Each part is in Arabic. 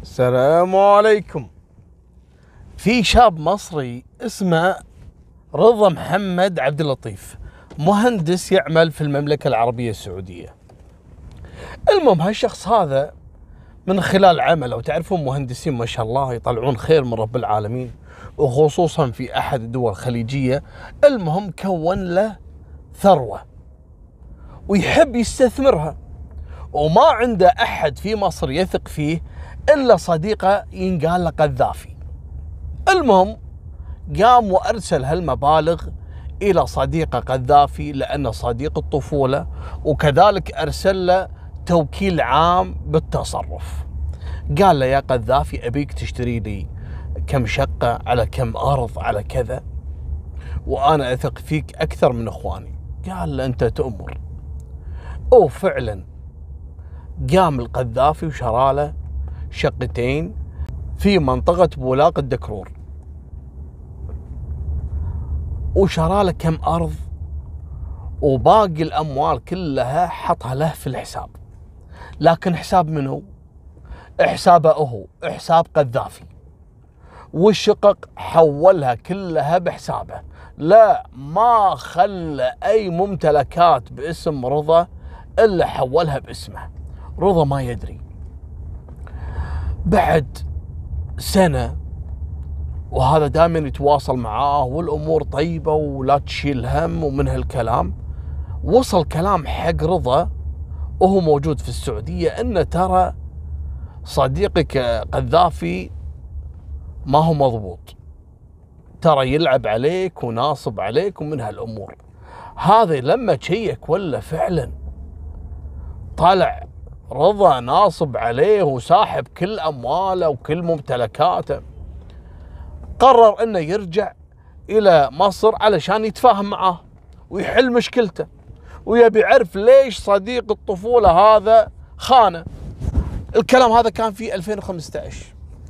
السلام عليكم. في شاب مصري اسمه رضا محمد عبد اللطيف، مهندس يعمل في المملكة العربية السعودية. المهم هالشخص هذا من خلال عمله، وتعرفون مهندسين ما شاء الله يطلعون خير من رب العالمين، وخصوصا في أحد الدول الخليجية. المهم كون له ثروة ويحب يستثمرها، وما عنده أحد في مصر يثق فيه إلا صديقه ينقال له قذافي. المهم قام وأرسل هالمبالغ إلى صديقه قذافي لأنه صديق الطفولة، وكذلك أرسل له توكيل عام بالتصرف. قال له يا قذافي أبيك تشتري لي كم شقة على كم أرض على كذا، وأنا أثق فيك أكثر من إخواني. قال له أنت تؤمر. وفعلا قام القذافي وشرى له شقتين في منطقة بولاق الدكرور، وشرى له كم أرض، وباقي الأموال كلها حطها له في الحساب. لكن حساب منه؟ حسابه هو، حساب قذافي. والشقق حولها كلها بحسابه، لا ما خلى أي ممتلكات باسم رضا إلا حولها باسمه. رضا ما يدري. بعد سنة وهذا دائما يتواصل معاه والأمور طيبة ولا تشيل هم ومن هالكلام، وصل كلام حق رضا وهو موجود في السعودية إن ترى صديقك قذافي ما هو مضبوط، ترى يلعب عليك وناصب عليك ومن هالأمور. هذا لما تشيك ولا فعلا طلع رضا ناصب عليه وساحب كل أمواله وكل ممتلكاته. قرر أنه يرجع إلى مصر علشان يتفاهم معاه ويحل مشكلته، ويبي يعرف ليش صديق الطفولة هذا خانه. الكلام هذا كان في 2015.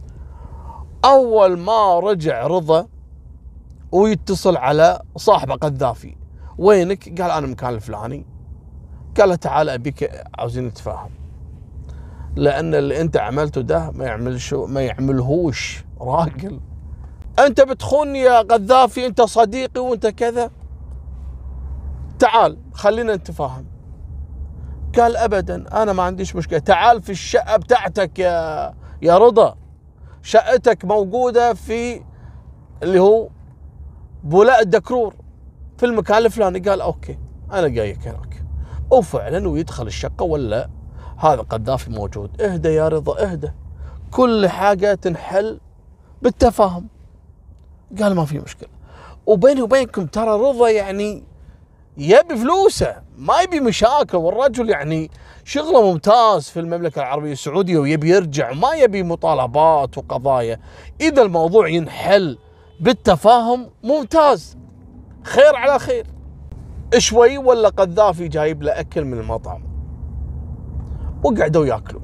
أول ما رجع رضا ويتصل على صاحبه قذافي، وينك؟ قال أنا مكان الفلاني. قال له تعال أبيك عاوزين نتفاهم، لأن اللي أنت عملته ده ما يعملهوش راجل. أنت بتخوني يا قذافي، أنت صديقي وأنت كذا، تعال خلينا نتفاهم. قال أبدا أنا ما عنديش مشكلة، تعال في الشقة بتاعتك يا رضا، شقتك موجودة في اللي هو بولاق الدكرور في المكان الفلاني. قال أوكي أنا جايك هناك. وفعلا ويدخل الشقة ولا هذا قذافي موجود. اهدى يا رضا اهدى، كل حاجة تنحل بالتفاهم. قال ما في مشكلة. وبيني وبينكم ترى رضا يعني يبي فلوسه، ما يبي مشاكل، والرجل يعني شغله ممتاز في المملكة العربية السعودية ويبي يرجع، ما يبي مطالبات وقضايا. إذا الموضوع ينحل بالتفاهم ممتاز، خير على خير. شوي ولا قذافي جايب له أكل من المطعم، وقعدوا ياكلوا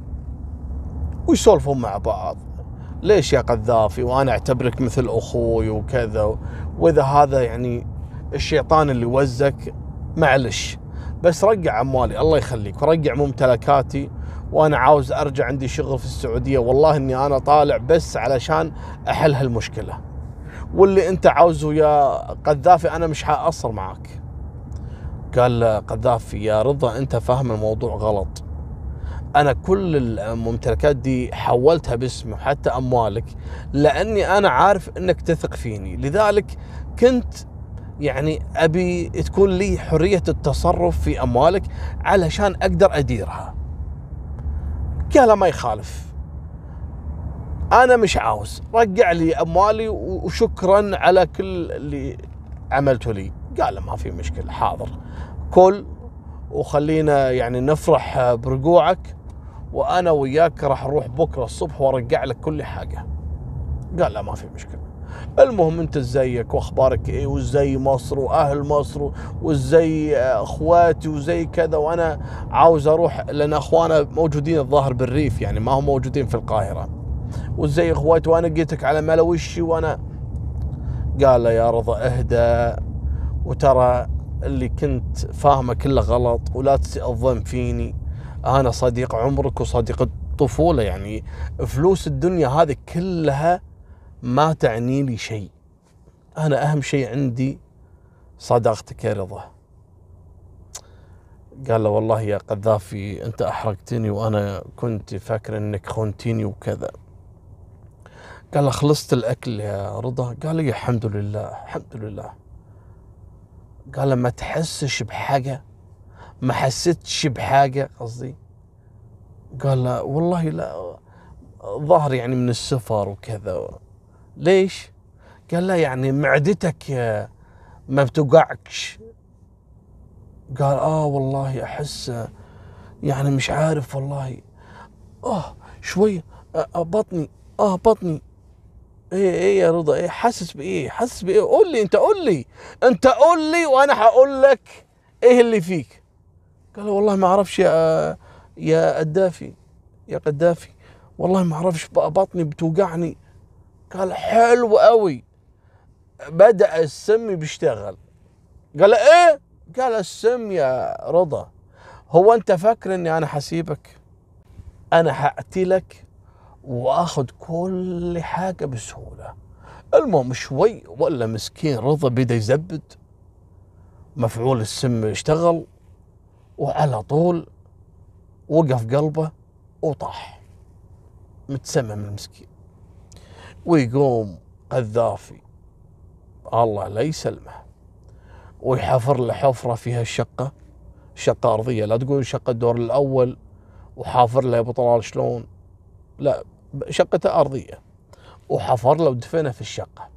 ويسولفون مع بعض. ليش يا قذافي وأنا أعتبرك مثل أخوي وكذا، وإذا هذا يعني الشيطان اللي وزك معلش، بس رجع أموالي الله يخليك، ورجع ممتلكاتي، وأنا عاوز أرجع، عندي شغل في السعودية، والله إني أنا طالع بس علشان أحل هالمشكلة، واللي أنت عاوزه يا قذافي أنا مش حأقصر معك. قال قذافي يا رضا أنت فاهم الموضوع غلط، أنا كل الممتلكات دي حولتها باسمي وحتى أموالك لأني أنا عارف أنك تثق فيني، لذلك كنت يعني أبي تكون لي حرية التصرف في أموالك علشان أقدر أديرها. قال ما يخالف، أنا مش عاوز، رجع لي أموالي وشكرا على كل اللي عملته لي. قال ما في مشكلة، حاضر، كل وخلينا يعني نفرح برجوعك، وأنا وياك راح أروح بكرة الصبح وأرجع لك كل حاجة. قال لا ما في مشكلة. المهم أنت ازيك وأخبارك إيه، وازاي مصر وأهل مصر وازاي أخواتي وزي كذا، وأنا عاوز أروح لأن أخوانا موجودين الظاهر بالريف، يعني ما هم موجودين في القاهرة، وازاي أخواتي وأنا جيتك على ملوشي وأنا. قال له يا رضا اهدى، وترى اللي كنت فاهمه كله غلط، ولا تسيء الظن فيني، أنا صديق عمرك وصديق طفولة يعني. فلوس الدنيا هذه كلها ما تعني لي شيء. أنا أهم شيء عندي صداقتك يا رضا. قال له والله يا قذافي أنت أحرقتني وأنا كنت فاكر أنك خنتيني وكذا. قال له خلصت الأكل يا رضا؟ قال لي الحمد لله الحمد لله. قال له ما تحسش بحاجة؟ ما حسيتش بحاجة قصدي؟ قال له والله لا، ظهر يعني من السفر وكذا. ليش؟ قال له يعني معدتك ما بتوقعكش؟ قال والله احس يعني مش عارف والله شويه بطني بطني. ايه يا رضا، ايه حاسس بايه؟ حاسس بايه؟ قول لي انت، قول لي وانا هقول لك ايه اللي فيك. قال والله ما اعرفش يا قدافي، يا قدافي والله ما اعرفش بطني بتوقعني. قال حلو قوي، بدأ السم بيشتغل. قال ايه؟ قال السم يا رضا، هو انت فاكر اني انا حسيبك؟ انا هقتلك واخذ كل حاجة بسهولة. المهم شوي ولا مسكين رضا بدا يزبد، مفعول السم اشتغل وعلى طول وقف قلبه وطاح متسمم المسكين. ويقوم قذافي الله لا يسلمه ويحفر له حفرة فيها الشقة، شقة أرضية، لا تقول شقة الدور الأول وحافر له يا ابو طلال شلون، لا شقته أرضية، وحفر له ودفنه في الشقة.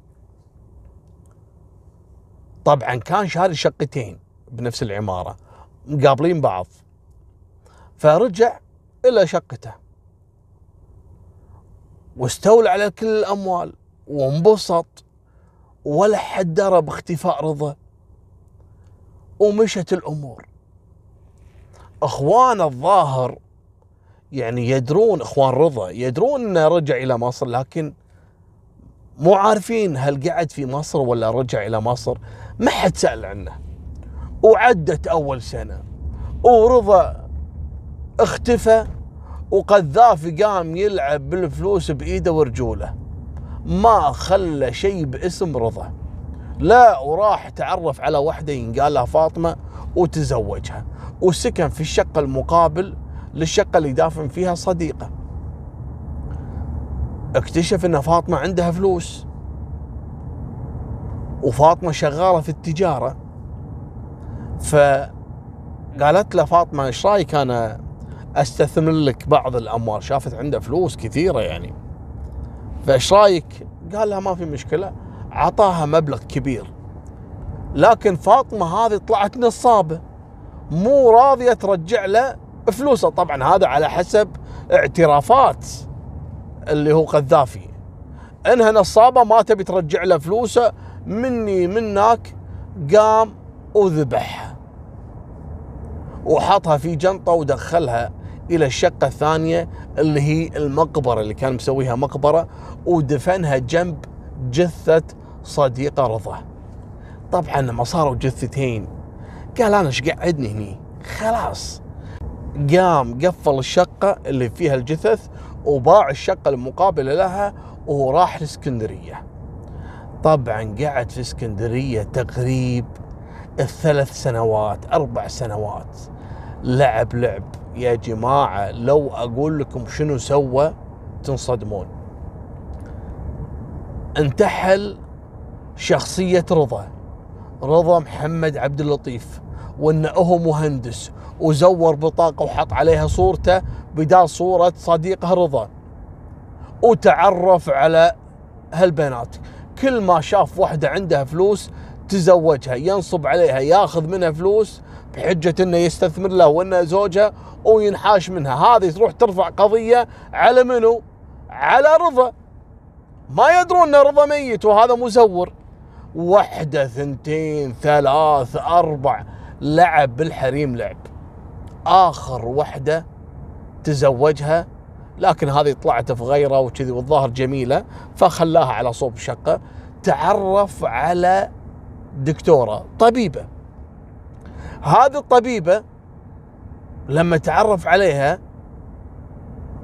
طبعا كان شاري شقتين بنفس العمارة مقابلين بعض، فرجع إلى شقته واستولى على كل الأموال وانبسط، ولا حد درى باختفاء رضا، ومشت الأمور. اخوان الظاهر يعني يدرون، اخوان رضا يدرون انه رجع الى مصر، لكن مو عارفين هل قعد في مصر ولا رجع الى مصر. ما حد سأل عنه. وعدت اول سنة ورضا اختفى، وقذافي قام يلعب بالفلوس بايده ورجوله، ما خلى شيء باسم رضا. لا، وراح تعرف على وحده ينقال لها فاطمة وتزوجها، وسكن في الشقة المقابل للشقة اللي دافن فيها صديقه. اكتشف ان فاطمة عندها فلوس، وفاطمة شغالة في التجارة، فقالت له فاطمة ايش رايك انا استثمر لك بعض الاموال، شافت عنده فلوس كثيرة يعني، فايش رايك؟ قال لها ما في مشكلة، عطاها مبلغ كبير. لكن فاطمة هذه طلعت نصابة، مو راضية ترجع له فلوسه. طبعا هذا على حسب اعترافات اللي هو قذافي، انها نصابة ما تبي ترجع له فلوسه، مني منك. قام وذبحها وحطها في جنطة ودخلها الى الشقة الثانية اللي هي المقبرة اللي كان مسويها مقبرة، ودفنها جنب جثة صديقة رضا. طبعا لما صاروا جثتين قال انا ايش قعدني هني، خلاص قام قفل الشقة اللي فيها الجثث وباع الشقة المقابلة لها وراح الاسكندرية. طبعا قعد في اسكندرية تقريب 3 سنوات 4 سنوات، لعب يا جماعة، لو اقول لكم شنو سوى تنصدمون. انتحل شخصية رضا محمد عبد اللطيف، وانه هو مهندس، وزور بطاقة وحط عليها صورته بدال صورة صديقه رضا، وتعرف على هالبنات. كل ما شاف واحدة عندها فلوس تزوجها، ينصب عليها، ياخذ منها فلوس بحجة انه يستثمر له وانه زوجها، وينحاش منها. هذه تروح ترفع قضية على منو؟ على رضا. ما يدرون ان رضا ميت وهذا مزور. 1 2 3 4 لعب بالحريم لعب. آخر وحدة تزوجها، لكن هذه طلعت في غيره وكذي والظاهر جميلة، فخلاها على صوب شقة. تعرف على دكتورة طبيبة. هذه الطبيبة لما تعرف عليها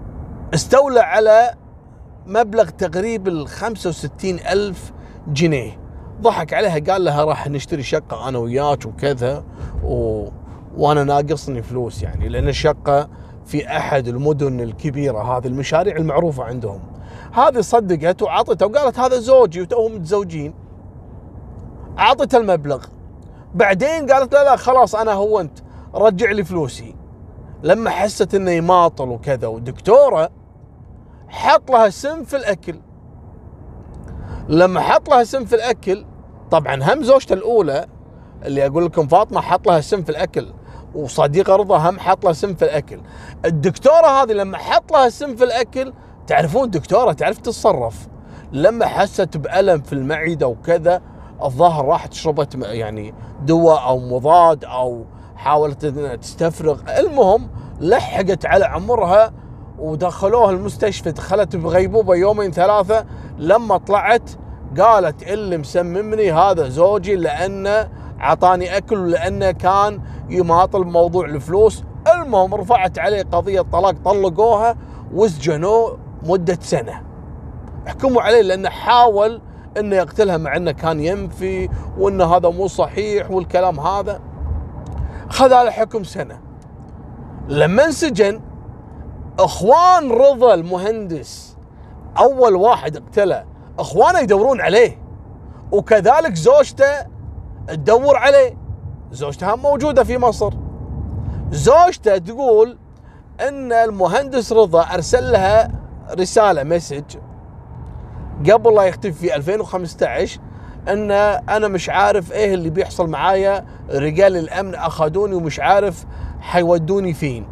استولى على مبلغ تقريبا 65,000 جنيه. ضحك عليها، قال لها راح نشتري شقة أنا وياك وكذا، وأنا ناقصني فلوس يعني، لأن الشقة في أحد المدن الكبيرة، هذه المشاريع المعروفة عندهم. هذه صدقت وعطته وقالت هذا زوجي وتوهم متزوجين. عطته المبلغ. بعدين قالت لا خلاص أنا هونت، رجع لي فلوسي. لما حست إنه يماطل وكذا، ودكتورة حط لها سم في الأكل. لما حط لها سم في الأكل، طبعا هم زوجته الأولى اللي أقول لكم فاطمة حط لها سم في الأكل، وصديقة رضا هم حط لها سم في الأكل. الدكتورة هذه لما حط لها سم في الأكل، تعرفون الدكتورة تعرف تتصرف، لما حست بألم في المعدة وكذا، الظاهر راحت شربت يعني دواء أو مضاد أو حاولت تستفرغ. المهم لحقت على عمرها ودخلوها المستشفى، دخلت بغيبوبة يومين ثلاثة. لما طلعت قالت اللي مسممني هذا زوجي، لأنه عطاني أكل ولأنه كان يماطل بموضوع الفلوس. المهم رفعت عليه قضية طلاق، طلقوها وسجنوه مدة سنة. حكموا عليه لأنه حاول انه يقتلها، مع انه كان ينفي وان هذا مو صحيح والكلام هذا. خذ على حكم سنة. لما انسجن، اخوان رضا المهندس اول واحد اقتله، اخوانه يدورون عليه، وكذلك زوجته تدور عليه. زوجته هم موجودة في مصر. زوجته تقول ان المهندس رضا ارسل لها رسالة مسج قبل لا يختفي في 2015، ان انا مش عارف ايه اللي بيحصل معايا، رجال الامن اخذوني ومش عارف حيودوني فين.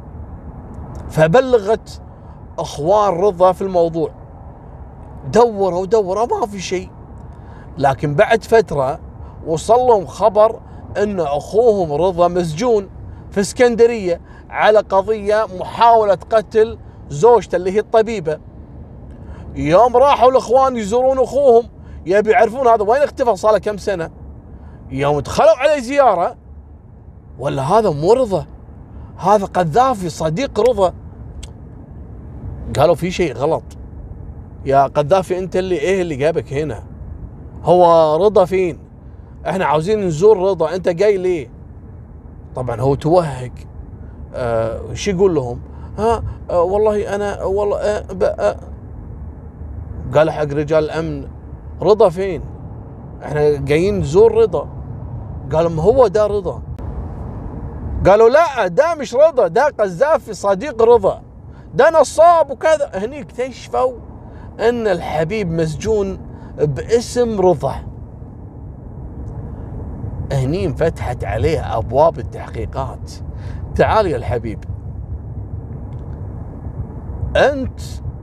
فبلغت اخوان رضا في الموضوع، دوروا ما في شيء. لكن بعد فترة وصل لهم خبر ان اخوهم رضا مسجون في اسكندرية على قضية محاولة قتل زوجته اللي هي الطبيبة. يوم راحوا الاخوان يزورون اخوهم يبي يعرفون هذا وين اختفى، صار له كم سنة. يوم دخلوا عليه زيارة، ولا هذا مو رضا، هذا قذافي صديق رضا. قالوا في شيء غلط يا قذافي، انت اللي اللي جابك هنا؟ هو رضا فين؟ احنا عاوزين نزور رضا، انت جاي ليه؟ طبعا هو توهق. شو يقول لهم؟ والله انا والله قال حق رجال الامن رضا فين؟ احنا جايين نزور رضا. قالوا ما هو ده رضا. قالوا لا ده مش رضا، ده قذافي صديق رضا، ده نصاب وكذا. هني اكتشفوا ان الحبيب مسجون باسم رضا. هني انفتحت عليه ابواب التحقيقات. تعال يا الحبيب، انت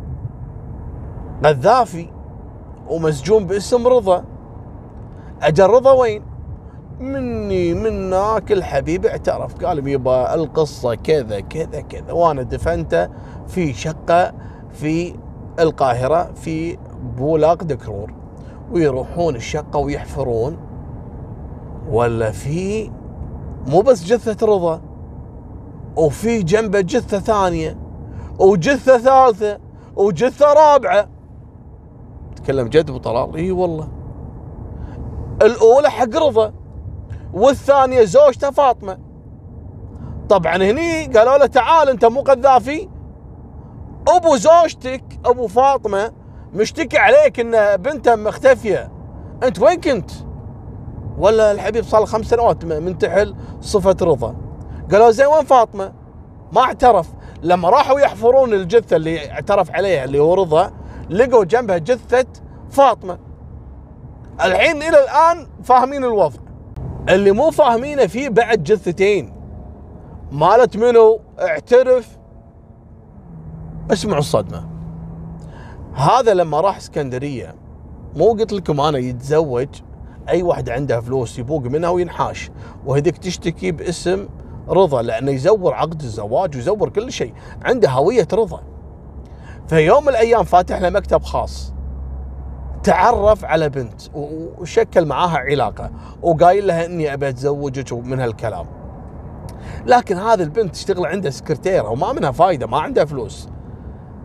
قذافي ومسجون باسم رضا، اجل رضا وين؟ مني منك. الحبيب اعترف، قال يبا القصة كذا كذا كذا، وانا دفنته في شقة في القاهرة في بولاق دكرور. ويروحون الشقة ويحفرون، ولا في مو بس جثة رضا، وفي جنبه جثة ثانية وجثة ثالثة وجثة رابعة. تكلم جد ابو طلال؟ اي والله. الاولى حق رضا، والثانية زوجته فاطمة. طبعا هني قالوا له تعال انت مو قذافي، ابو زوجتك ابو فاطمة مشتكي عليك ان بنته مختفية، انت وين كنت؟ ولا الحبيب صار له 5 سنوات منتحل صفة رضا. قالوا زين وين فاطمة؟ ما اعترف. لما راحوا يحفرون الجثة اللي اعترف عليها اللي هو رضا، لقوا جنبها جثة فاطمة. الحين الى الان فاهمين الوضع. اللي مو فاهمينه فيه بعد جثتين مالت منو اعترف. اسمعوا الصدمة. هذا لما راح اسكندرية، مو قلت لكم انا يتزوج اي واحد عنده فلوس يبوق منها وينحاش، وهذيك تشتكي باسم رضا لانه يزور عقد الزواج ويزور كل شيء، عنده هوية رضا. في يوم من الايام فاتح له مكتب خاص، تعرف على بنت وشكل معاها علاقة وقايل لها اني ابي اتزوجك ومن هالكلام. لكن هذه البنت تشتغل عندها سكرتيرة وما منها فايدة، ما عندها فلوس.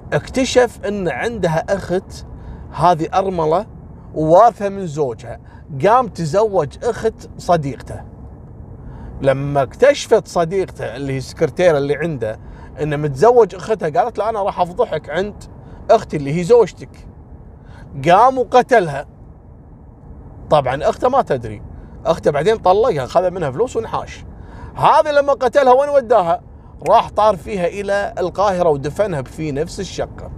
اكتشف ان عندها اخت، هذه ارمله ووارثه من زوجها، قام تزوج اخت صديقته. لما اكتشفت صديقته اللي هي السكرتيره اللي عنده انه متزوج اختها، قالت له انا راح افضحك عند اختي اللي هي زوجتك. قام وقتلها. طبعا اخته ما تدري، اخته بعدين طلقها، خذ منها فلوس ونحاش. هذا لما قتلها وين وداها؟ راح طار فيها الى القاهره ودفنها في نفس الشقه.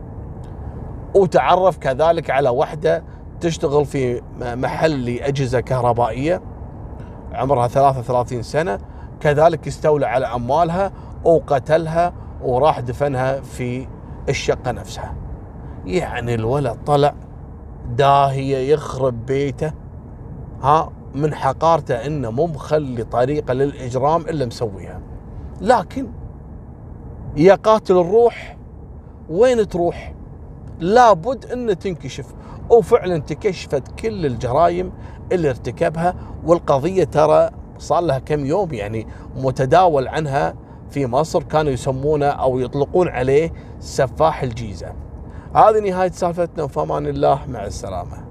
وتعرف كذلك على وحده تشتغل في محل لاجهزه كهربائيه، عمرها 33 سنه، كذلك استولى على اموالها وقتلها وراح دفنها في الشقه نفسها. يعني الولد طلع داهيه يخرب بيته، من حقارته انه مو مخلي طريقه للاجرام الا مسويها. لكن يا قاتل الروح وين تروح؟ لابد ان تنكشف. وفعلا تكشفت كل الجرائم اللي ارتكبها، والقضيه ترى صار لها كم يوم يعني متداول عنها في مصر، كانوا يسمونه او يطلقون عليه سفاح الجيزه. هذه نهايه سالفتنا، وفي امان الله، مع السلامه.